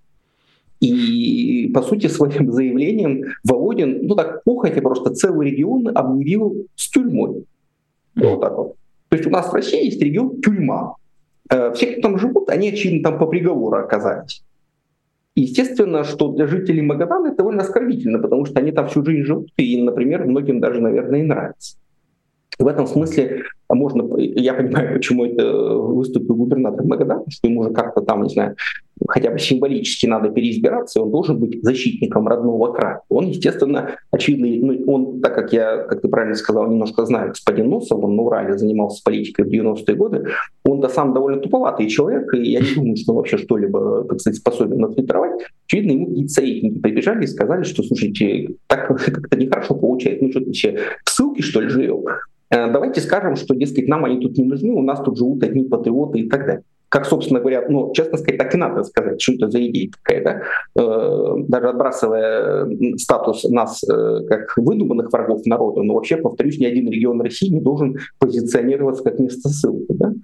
И, по сути, своим заявлением Володин, ну так, похотя просто целый регион объявил с тюрьмой. Mm-hmm. Вот так вот. То есть у нас в России есть регион тюрьма. Все, кто там живут, они, очевидно, там по приговору оказались. И естественно, что для жителей Магадана это довольно оскорбительно, потому что они там всю жизнь живут, и, например, многим даже, наверное, и нравится. В этом смысле можно, я понимаю, почему это выступил губернатор Магадана, что ему уже как-то там, не знаю, хотя бы символически надо переизбираться, и он должен быть защитником родного края. Он, естественно, очевидно, ну, он, так как я, как ты правильно сказал, немножко знаю господин Носов, он на Урале занимался политикой в девяностые годы, он-то сам довольно туповатый человек, и я не думаю, что он вообще что-либо, так сказать, способен отфильтровать. Очевидно, ему какие-то советники прибежали и сказали, что, слушайте, так как-то нехорошо получается, ну что ты вообще в ссылке, что ли, живем? давайте скажем, что, дескать, нам они тут не нужны, у нас тут живут одни патриоты и так далее. Как, собственно говоря, ну, честно сказать, так и надо сказать, что это за идея такая, да? Даже отбрасывая статус нас как выдуманных врагов народа, но вообще, повторюсь, ни один регион России не должен позиционироваться как место ссылки,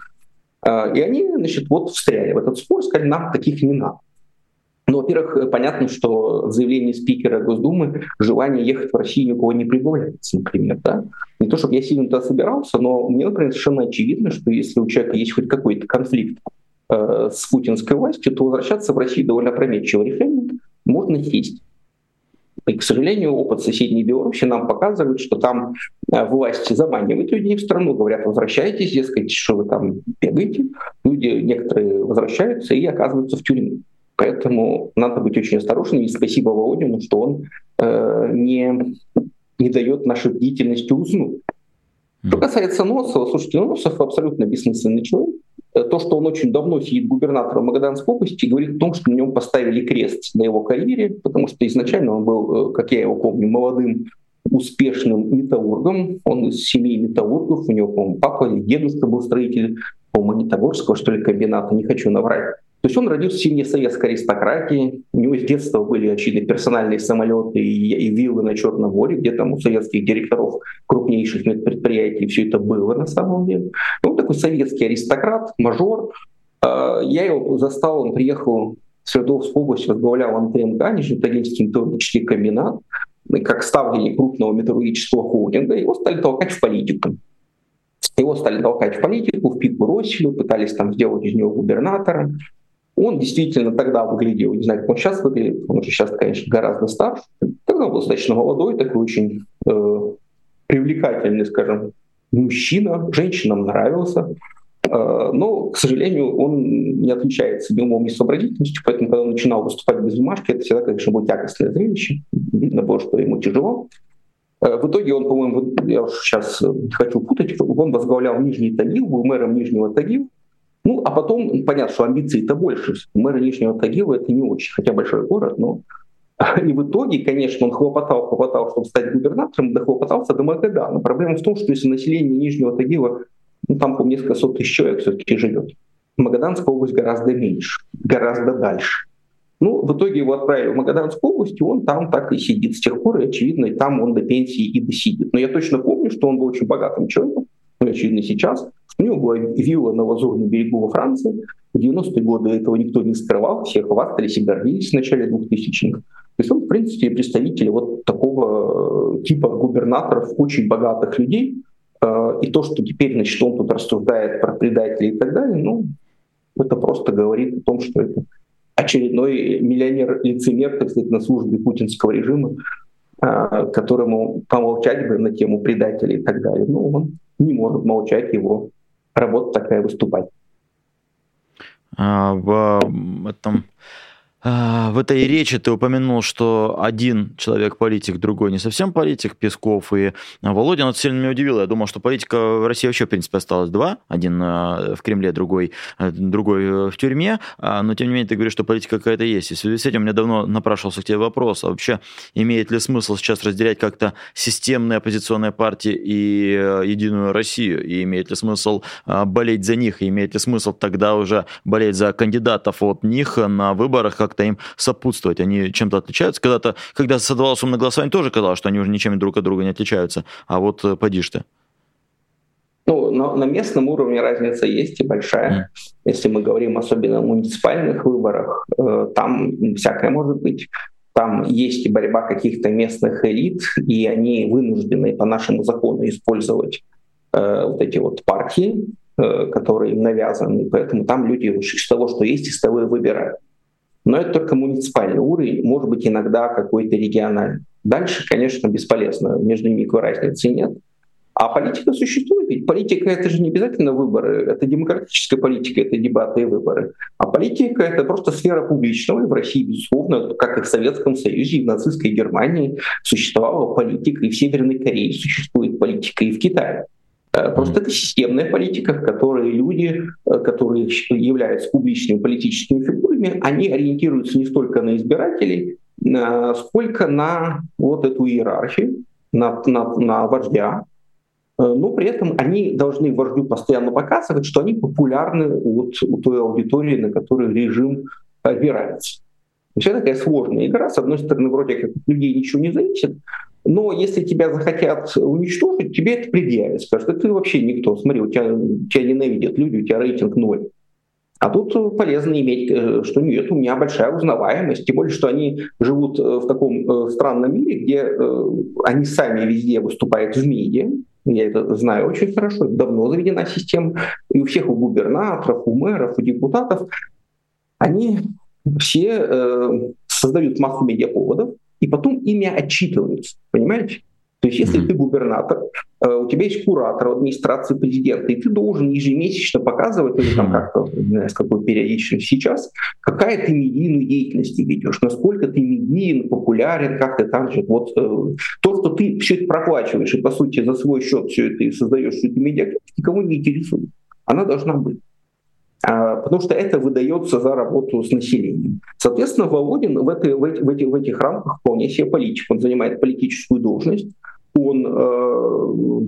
да? И они, значит, вот встряли в этот спор, сказали, нам таких не надо. Ну, во-первых, понятно, что в заявлении спикера Госдумы желание ехать в Россию ни у кого не прибавляется, например, да. Не то, чтобы я сильно туда собирался, но мне, например, совершенно очевидно, что если у человека есть хоть какой-то конфликт э, с путинской властью, то возвращаться в Россию довольно опрометчивое решение, можно сесть. И, к сожалению, опыт соседней Беларуси нам показывает, что там э, власти заманивают людей в страну, говорят, возвращайтесь, дескать, что вы там бегаете. Люди некоторые возвращаются и оказываются в тюрьме. Поэтому надо быть очень осторожным. И спасибо Володину, что он э, не, не дает нашей бдительности уснуть. Что касается Носова, слушайте, ну, Носов абсолютно бессмысленный человек. То, что он очень давно сидит губернатором Магаданской области, говорит о том, что на нем поставили крест на его карьере, потому что изначально он был, как я его помню, молодым, успешным металлургом. Он из семьи металлургов, у него, по-моему, папа или дедушка был строитель, по-моему, Магнитогорского, что ли, комбината, не хочу наврать. То есть он родился в семье советской аристократии, у него с детства были, очевидно, персональные самолеты и, и виллы на Черном море, где там у советских директоров крупнейших предприятий все это было на самом деле. Он такой советский аристократ, мажор. Я его застал, он приехал в Свердловскую область, возглавлял эн тэ эм ка, Нижнетагильский металлургический комбинат, как ставленник крупного металлургического холдинга, его стали толкать в политику. Его стали толкать в политику, в пику Россию, пытались там сделать из него губернатора. Он действительно тогда выглядел, не знаю, как он сейчас выглядит, он уже сейчас, конечно, гораздо старше. Тогда он был достаточно молодой, такой очень э, привлекательный, скажем, мужчина, женщинам нравился. Э, но, к сожалению, он не отличается ни умом, ни сообразительностью, поэтому, когда он начинал выступать без бумажки, это всегда, конечно, было тягостное зрелище. Видно было, что ему тяжело. Э, в итоге он, по-моему, я уж сейчас не хочу путать, он возглавлял Нижний Тагил, был мэром Нижнего Тагила. Ну, а потом, понятно, что амбиций-то больше. Мэр Нижнего Тагила — это не очень, хотя большой город, но... И в итоге, конечно, он хлопотал, хлопотал, чтобы стать губернатором, дохлопотался до Магадана. Проблема в том, что если население Нижнего Тагила, ну, там, по несколько сот тысяч человек все-таки живет, Магаданская область гораздо меньше, гораздо дальше. Ну, в итоге его отправили в Магаданскую область, и он там так и сидит с тех пор, и, очевидно, и там он до пенсии и досидит. Но я точно помню, что он был очень богатым человеком, ну, очевидно, сейчас. У него была вилла на Лазурном берегу во Франции. В девяностые годы этого никто не скрывал, все хвастались и гордились в начале двухтысячных. То есть он, в принципе, представитель вот такого типа губернаторов, очень богатых людей. И то, что теперь, значит, он тут рассуждает про предателей и так далее, ну, это просто говорит о том, что это очередной миллионер-лицемер, так сказать, на службе путинского режима, которому помолчать бы на тему предателей и так далее. Ну, он не может молчать, его работа такая выступать. А, в этом... В этой речи ты упомянул, что один человек политик, другой не совсем политик, Песков и Володин. Это сильно меня удивило. Я думал, что политика в России вообще, в принципе, осталось два. Один в Кремле, другой, другой в тюрьме. Но, тем не менее, ты говоришь, что политика какая-то есть. И в связи с этим у меня давно напрашивался к тебе вопрос. А вообще, имеет ли смысл сейчас разделять как-то системные оппозиционные партии и Единую Россию? И имеет ли смысл болеть за них? И имеет ли смысл тогда уже болеть за кандидатов от них на выборах, как им сопутствовать, они чем-то отличаются. Когда-то, когда создавалось умное голосование, тоже казалось, что они уже ничем друг от друга не отличаются. А вот поди ж ты. Ну, на, на местном уровне разница есть и большая. Mm. Если мы говорим особенно о муниципальных выборах, э, там всякое может быть. Там есть и борьба каких-то местных элит, и они вынуждены по нашему закону использовать э, вот эти вот партии, э, которые им навязаны. Поэтому там люди из того, что есть, из того и выбирают. Но это только муниципальный уровень, может быть, иногда какой-то региональный. Дальше, конечно, бесполезно, между ними никакой разницы нет. А политика существует, ведь политика — это же не обязательно выборы, это демократическая политика, это дебаты и выборы. А политика — это просто сфера публичного, и в России, безусловно, как и в Советском Союзе, и в нацистской Германии существовала политика, и в Северной Корее существует политика, и в Китае. Просто это системная политика, в которой люди, которые являются публичными политическими фигурами, они ориентируются не столько на избирателей, сколько на вот эту иерархию, на, на, на вождя. но при этом они должны вождю постоянно показывать, что они популярны вот у той аудитории, на которой режим опирается. Все такая сложная игра. С одной стороны, вроде как от людей ничего не зависит, но если тебя захотят уничтожить, тебе это предъявят. Скажут, что ты вообще никто. Смотри, у тебя, тебя ненавидят люди, у тебя рейтинг ноль. А тут полезно иметь, что нет, у меня большая узнаваемость, тем более, что они живут в таком странном мире, где они сами везде выступают в медиа. Я это знаю очень хорошо, давно заведена система. И у всех, у губернаторов, у мэров, у депутатов, они все э, создают массу медиаповодов, и потом ими отчитываются, понимаете? То есть если mm-hmm. ты губернатор, э, у тебя есть куратор администрации президента, и ты должен ежемесячно показывать, или там как-то, не знаю, с какой периодичностью сейчас, какая ты медийную деятельность ведешь, насколько ты медиен, популярен, как ты там же. Вот э, то, что ты все это проплачиваешь, и по сути за свой счет все это и создаешь всю эту медиа, никого не интересует. Она должна быть. Потому что это выдается за работу с населением. Соответственно, Володин в, этой, в, эти, в, эти, в этих рамках вполне себе политик. Он занимает политическую должность, он э,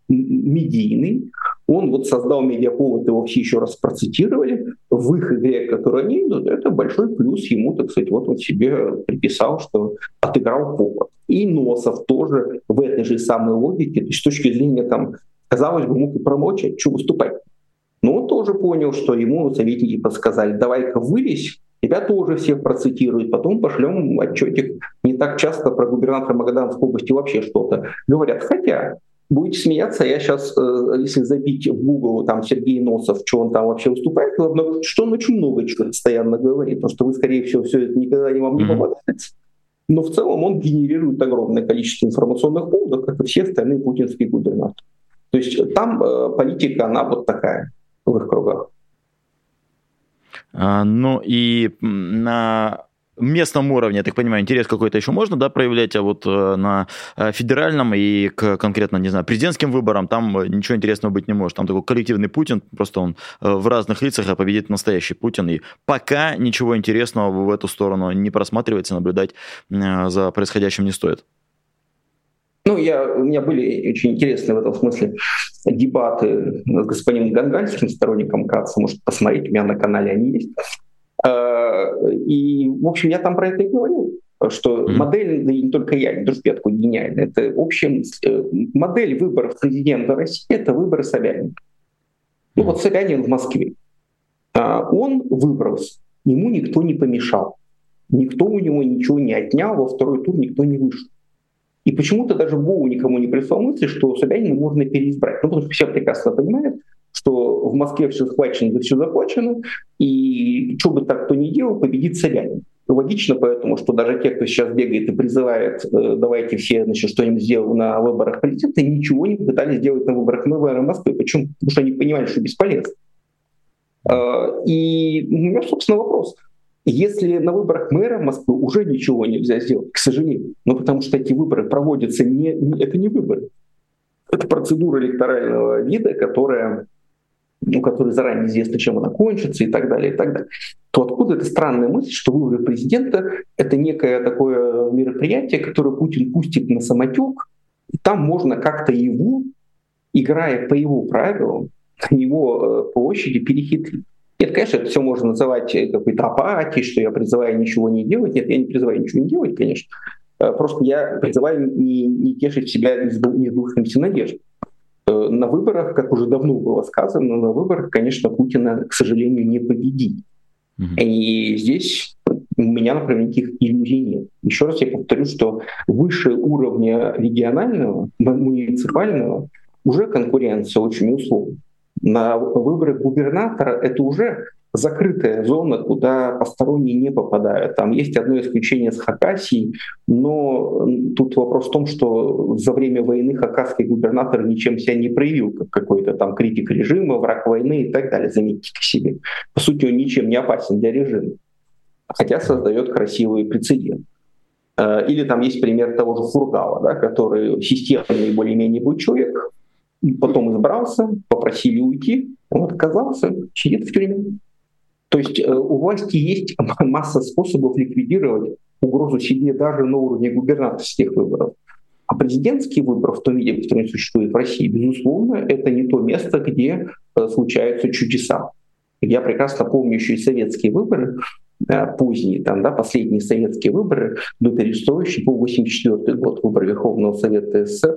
медийный, он вот создал медиаповод, его все еще раз процитировали. В их игре, к которой они идут, это большой плюс ему, так сказать, вот он себе приписал, что отыграл повод. И Носов тоже в этой же самой логике, то есть с точки зрения, там, казалось бы, мог и промолчать, что выступать. Но он тоже понял, что ему советники подсказали, давай-ка вылезь, тебя тоже всех процитируют, потом пошлем отчетик. Не так часто про губернатора Магаданской области вообще что-то говорят. Хотя, будете смеяться, я сейчас, если забить в Google там Сергей Носов, что он там вообще выступает, что он очень много чего постоянно говорит, потому что вы, скорее всего, все это никогда не вам не попадается. Но в целом он генерирует огромное количество информационных поводов, как и все остальные путинские губернаторы. То есть там э, политика, она вот такая в их кругах. А, ну и на местном уровне, я так понимаю, интерес какой-то еще можно, да, проявлять, а вот на федеральном и к конкретно, не знаю, президентским выборам там ничего интересного быть не может. Там такой коллективный Путин, просто он в разных лицах, а победит настоящий Путин. И пока ничего интересного в эту сторону не просматривается, наблюдать за происходящим не стоит. Ну, я, у меня были очень интересные в этом смысле дебаты с господином Гангальским, сторонником Каца. Можете посмотреть, у меня на канале они есть. И, в общем, я там про это и говорил, что mm-hmm. модель, да и не только я, не то, что я такой гениальный, это общая модель выборов президента России — это выборы Собянина. Ну вот Собянин в Москве. Он выбрался, ему никто не помешал. Никто у него ничего не отнял, во второй тур никто не вышел. И почему-то даже в голову никому не пришла мысль, что Собянина можно переизбрать. Ну, потому что все прекрасно понимают, что в Москве все схвачено, за все заплачено, и что бы так кто ни делал, победит Собянин. Логично поэтому, что даже те, кто сейчас бегает и призывает, давайте все, значит, что-нибудь сделаем на выборах президента, ничего не пытались сделать на выборах мэра Москвы. Почему? Потому что они понимали, что бесполезно. И у меня, собственно, вопрос. Если на выборах мэра Москвы уже ничего нельзя сделать, к сожалению, ну потому что эти выборы проводятся, не, не, это не выборы. Это процедура электорального вида, которая, ну, которая заранее известно, чем она кончится и так далее, и так далее. То откуда эта странная мысль, что выборы президента — это некое такое мероприятие, которое Путин пустит на самотек, и там можно как-то его, играя по его правилам, на его площади перехитрить. Нет, конечно, это все можно называть какой-то апатией, что я призываю ничего не делать. Нет, я не призываю ничего не делать, конечно. Просто я призываю не, не тешить себя несбывшимся надежд. На выборах, как уже давно было сказано, на выборах, конечно, Путина, к сожалению, не победить. Mm-hmm. И здесь у меня, например, никаких иллюзий нет. Еще раз я повторю, что выше уровня регионального, муниципального уже конкуренция очень условна. На выборы губернатора это уже закрытая зона, куда посторонние не попадают. Там есть одно исключение с Хакасией, но тут вопрос в том, что за время войны хакасский губернатор ничем себя не проявил, как какой-то там критик режима, враг войны и так далее. Заметьте к себе. По сути, он ничем не опасен для режима, хотя создает красивый прецедент. Или там есть пример того же Фургала, да, который системный более-менее был человек, потом избрался, попросили уйти, он отказался, сидит в тюрьме. То есть э, у власти есть масса способов ликвидировать угрозу себе даже на уровне губернаторских выборов. А президентские выборы в том виде, в котором они существуют в России, безусловно, это не то место, где случаются чудеса. Я прекрасно помню еще и советские выборы, поздние, там, да, последние советские выборы до перестроечки, по восемьдесят четвёртый год, выборы Верховного Совета СССР,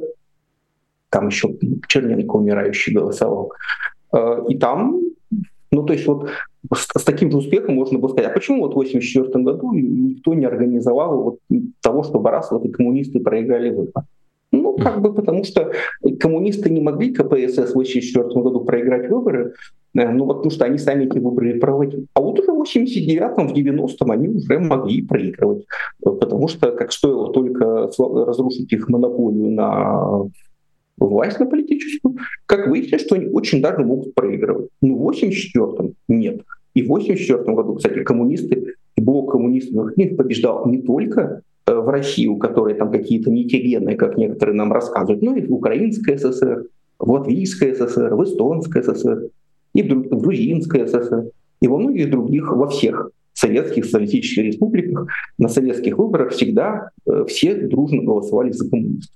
там еще Черненко умирающий голосовал. И там, ну то есть вот с, с таким же успехом можно было сказать, а почему вот в восемьдесят четвёртом году никто не организовал вот того, чтобы раз вот и коммунисты проиграли выборы? Ну, как бы потому что коммунисты не могли КПСС в восемьдесят четвёртом году проиграть выборы, ну, потому что они сами эти выборы проводили. А вот уже в восемьдесят девятом, в девяностом они уже могли проигрывать, потому что как стоило только разрушить их монополию на власть, на политическую, как выяснилось, что они очень даже могут проигрывать. Но в восемьдесят четвёртом нет. И в восемьдесят четвёртом году, кстати, коммунисты, блок коммунистов побеждал не только в России, у которой там какие-то не те гены, как некоторые нам рассказывают, но и в Украинской ССР, в Латвийской ССР, в Эстонской ССР, и в Грузинской ССР, и во многих других, во всех советских социалистических республиках на советских выборах всегда все дружно голосовали за коммунистов.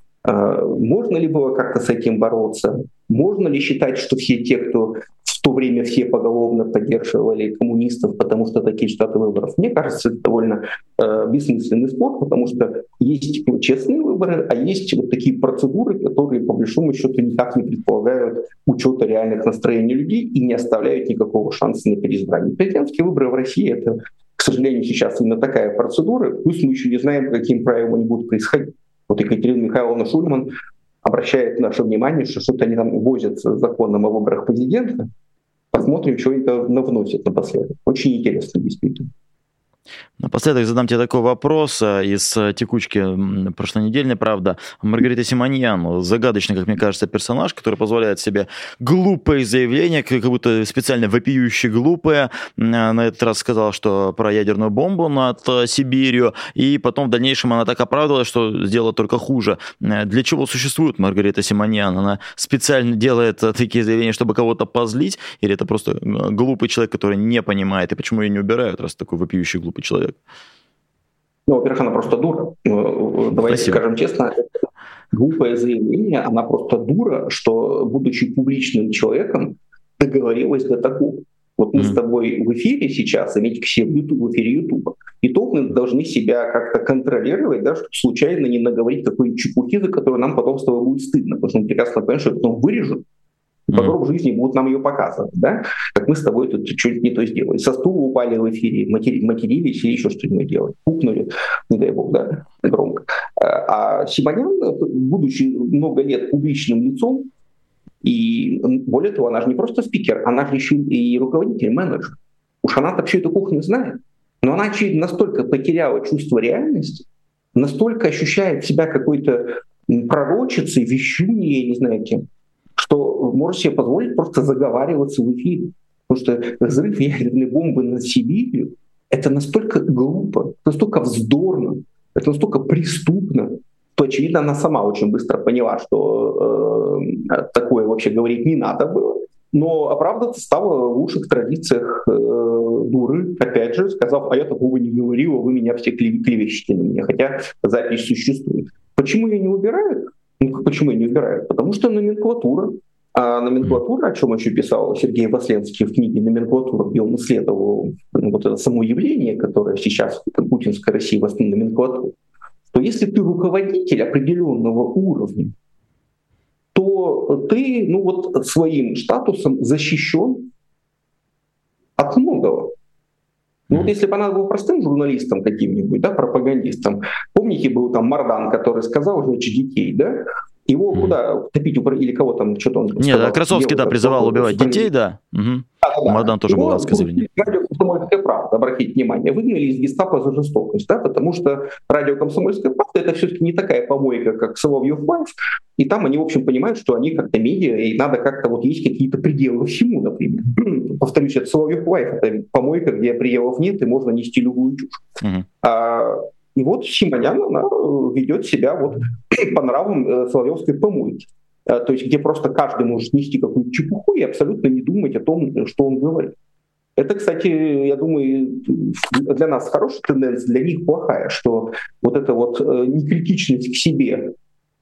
Можно ли было как-то с этим бороться? Можно ли считать, что все те, кто в то время все поголовно поддерживали коммунистов, потому что такие результаты выборов? Мне кажется, это довольно э, бессмысленный спор, потому что есть честные выборы, а есть вот такие процедуры, которые по большому счету никак не предполагают учета реальных настроений людей и не оставляют никакого шанса на переизбрание. Президентские выборы в России — это, к сожалению, сейчас именно такая процедура, плюс мы еще не знаем, по каким правилам они будут происходить. Вот Екатерина Михайловна Шульман обращает наше внимание, что что-то они там возятся с законом о выборах президента. Посмотрим, что это навносит напоследок. Очень интересно, действительно. Напоследок задам тебе такой вопрос из текучки прошлонедельной, правда. Маргарита Симоньян, загадочный, как мне кажется, персонаж, который позволяет себе глупые заявления, как будто специально вопиющие глупые. На этот раз сказала, что про ядерную бомбу над Сибирью, и потом в дальнейшем она так оправдывалась, что сделала только хуже. Для чего существует Маргарита Симоньян? Она специально делает такие заявления, чтобы кого-то позлить, или это просто глупый человек, который не понимает, и почему ее не убирают, раз такой вопиющий глупый человек? Ну, во-первых, она просто дура. Давайте Спасибо. Скажем честно, глупое заявление, она просто дура, что, будучи публичным человеком, договорилась до такого. Вот мы mm-hmm. с тобой в эфире сейчас, заметьте, все в, YouTube, в эфире Ютуба, и то мы должны себя как-то контролировать, да, чтобы случайно не наговорить какой-нибудь чепухи, за которую нам потом с тобой будет стыдно, потому что мы прекрасно понимаем, что потом вырежут, и потом mm-hmm. в жизни будут нам ее показывать, да, как мы с тобой тут чуть-чуть не то сделали. Со стула упали в эфире, матери, матерились или еще что-нибудь делали, пукнули, не дай бог, да, громко. А Симоньян, будучи много лет публичным лицом, и более того, она же не просто спикер, она же еще и руководитель, менеджер. Уж она-то всю эту кухню знает. Но она, очевидно, настолько потеряла чувство реальности, настолько ощущает себя какой-то пророчицей, вещуньей, я не знаю кем, что может себе позволить просто заговариваться в эфире. Потому что взрыв ядерной бомбы над Сибирью — это настолько глупо, настолько вздорно, это настолько преступно, то, очевидно, она сама очень быстро поняла, что э, такое вообще говорить не надо было. Но оправдаться стало в лучших традициях э, дуры, опять же, сказав, а я такого не говорила, вы меня все клевещете на меня, хотя запись существует. Почему ее не убирают? Ну, почему ее не убирают? Потому что номенклатура. А номенклатура, о чем еще писал Сергей Васленский в книге «Номенклатура», где он исследовал ну, вот это само явление, которое сейчас в путинской России в основном номенклатура, то если ты руководитель определенного уровня, то ты ну, вот, своим статусом защищен от многого. Ну вот если бы она была простым журналистом каким-нибудь, да, пропагандистом, помните, был там Мардан, который сказал, значит, детей, да, его mm-hmm. куда топить или кого там, что-то он Нет, сказал, да, Красовский, да, призывал убивать детей, да. Угу. Да, да. Мардан тоже его, было высказывание. Радио «Комсомольская правда», обратите внимание, выгнали из гестапо за жестокость, да, потому что радио «Комсомольская правда» — это все-таки не такая помойка, как Соловьев Лайв, и там они, в общем, понимают, что они как-то медиа, и надо как-то вот есть какие-то пределы всему, например. Повторюсь, это Соловьев Лайв, это помойка, где пределов нет, и можно нести любую чушь. Uh-huh. А, и вот Симоньян, она ведет себя вот по нравам э, соловьевской помойки. А, то есть где просто каждый может нести какую-то чепуху и абсолютно не думать о том, что он говорит. Это, кстати, я думаю, для нас хорошая тенденция, для них плохая, что вот эта вот э, некритичность к себе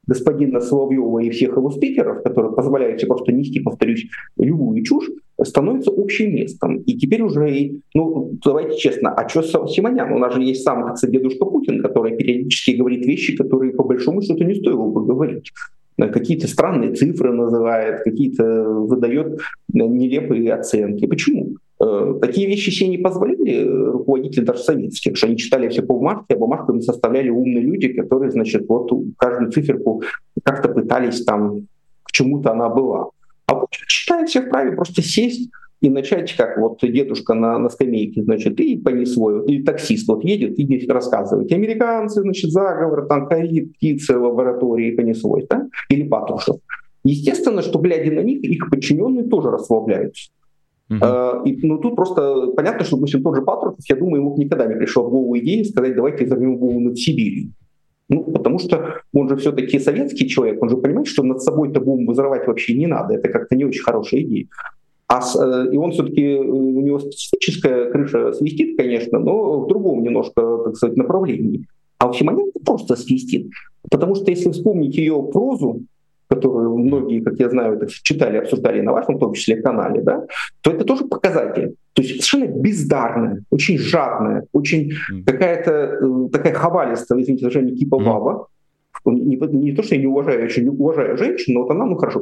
господина Соловьева и всех его спикеров, которые позволяют себе просто нести, повторюсь, любую чушь, становится общим местом. И теперь уже, ну, давайте честно, а что Симонян? У нас же есть сам, так сказать, дедушка Путин, который периодически говорит вещи, которые по большому счету не стоило бы говорить. Какие-то странные цифры называет, какие-то выдает нелепые оценки. Почему? Такие вещи себе не позволяли руководители даже советских, что они читали все по бумажке, а бумажку им составляли умные люди, которые, значит, вот каждую циферку как-то пытались там, к чему-то она была. А вот считает себя вправе просто сесть и начать, как вот дедушка на, на скамейке, значит, и понес свой, или таксист вот едет и рассказывает. Американцы, значит, заговор, там, ковид, птицы в лаборатории понеслось, да? Или Патрушев. Естественно, что, глядя на них, их подчиненные тоже расслабляются. Uh-huh. И, ну, тут просто понятно, что, допустим, тот же Патрушев, я думаю, ему никогда не пришла в голову идея сказать, давайте взорвем голову над Сибирью. Ну, потому что он же все-таки советский человек, он же понимает, что над собой-то бомбу взрывать вообще не надо, это как-то не очень хорошая идея. А с, и он все-таки, у него специфическая крыша свистит, конечно, но в другом немножко, так сказать, направлении. А у Симонян просто свистит. Потому что если вспомнить ее прозу, которую многие, как я знаю, так читали, обсуждали на вашем, в том числе, канале, да, то это тоже показатель. То есть совершенно бездарная, очень жадная, очень mm. какая-то э, такая хавалистая, извините, даже не типа баба. Mm. Не, не то, что я не уважаю, я очень уважаю женщин, но вот она, ну хорошо,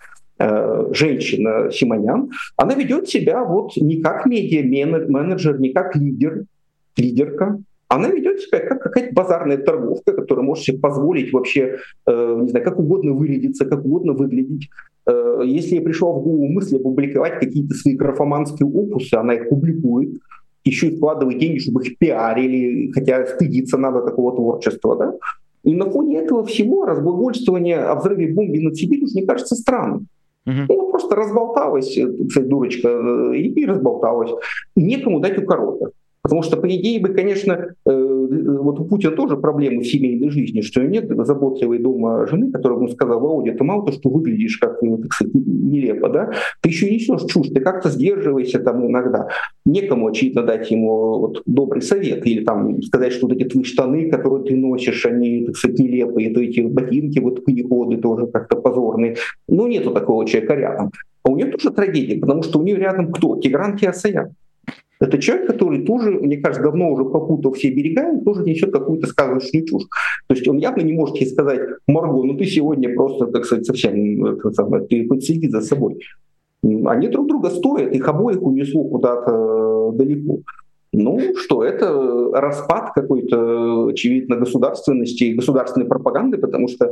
э, женщина Симонян, она ведет себя вот не как медиа-менеджер, не как лидер, лидерка. Она ведет себя как какая-то базарная торговка, которая может себе позволить вообще, э, не знаю, как угодно вырядиться, как угодно выглядеть. Э, если ей пришла в голову мысль опубликовать какие-то свои графоманские опусы, она их публикует, еще и вкладывает деньги, чтобы их пиарили, хотя стыдиться надо такого творчества, да? И на фоне этого всего разглагольствование о взрыве бомбы над Сибирью мне кажется странным. Uh-huh. Ну, просто разболталась, кстати, дурочка, и разболталась. И некому дать укорота. Потому что, по идее, бы, конечно, э, вот у Путина тоже проблемы в семейной жизни, что нет заботливой дома жены, которая ему сказала: Володя, ты мало то, что выглядишь как, так сказать, нелепо, да, ты еще и несешь чушь, ты как-то сдерживаешься там иногда. Некому, очевидно, дать ему вот добрый совет или там сказать, что вот эти твои штаны, которые ты носишь, они, так сказать, нелепые, то эти ботинки, вот панеходы тоже как-то позорные. Но нету такого человека рядом. А у нее тоже трагедия, потому что у нее рядом кто? Тигран Кеосаян. Это человек, который тоже, мне кажется, давно уже попутал все берега и тоже несет какую-то сказочную чушь. То есть он явно не может ей сказать: Марго, ну ты сегодня просто, так сказать, совсем, так сказать, ты хоть следи за собой. Они друг друга стоят, их обоих унесло куда-то далеко. Ну что, это распад какой-то, очевидно, государственности и государственной пропаганды, потому что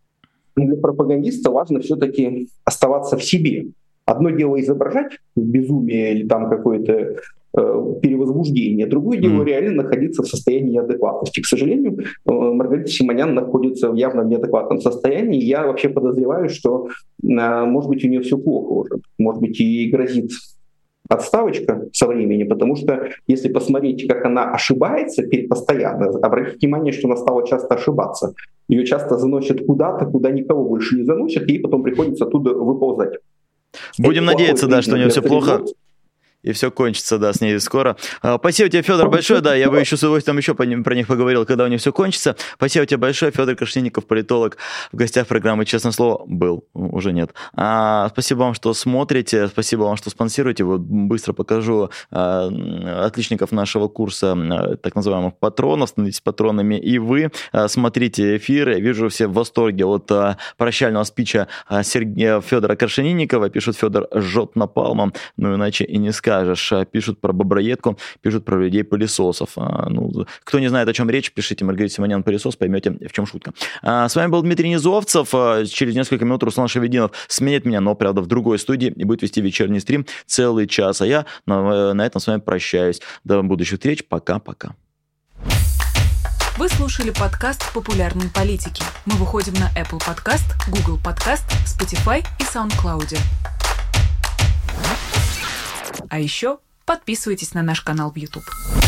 для пропагандиста важно все-таки оставаться в себе. Одно дело изображать безумие или там какое-то э, перевозбуждение, другое дело mm. реально находиться в состоянии неадекватности. К сожалению, э, Маргарита Симонян находится в явно неадекватном состоянии. Я вообще подозреваю, что, э, может быть, у нее все плохо уже. Может быть, ей грозит отставочка со временем, потому что если посмотреть, как она ошибается постоянно, обратите внимание, что она стала часто ошибаться. Ее часто заносят куда-то, куда никого больше не заносят, и ей потом приходится оттуда выползать. Будем это надеяться, да, что у нее все плохо. И все кончится, да, с ней скоро. Спасибо тебе, Федор, большое. Да, я бы еще с удовольствием еще про них поговорил, когда у них все кончится. Спасибо тебе большое. Федор Крашенинников, политолог, в гостях программы «Честное слово» был, уже нет. А, спасибо вам, что смотрите, спасибо вам, что спонсируете. Вот быстро покажу а, отличников нашего курса, а, так называемых патронов. Становитесь патронами и вы. А, смотрите эфиры. Вижу, все в восторге от а, прощального спича а, Сергея Федора Крашенинникова. Пишут: Федор жжет напалмом, ну иначе и не скажешь. Пишут про боброедку, пишут про людей-пылесосов. А, ну, кто не знает, о чем речь, пишите Маргарита Симонян пылесос, поймете, в чем шутка. А, с вами был Дмитрий Низовцев. А, через несколько минут Руслан Шавединов сменит меня, но, правда, в другой студии и будет вести вечерний стрим целый час. А я на, на этом с вами прощаюсь. До будущих встреч. Пока-пока. Вы слушали подкаст «Популярные политики». Мы выходим на Apple Podcast, Google Podcast, Spotify и SoundCloud. А еще подписывайтесь на наш канал в YouTube.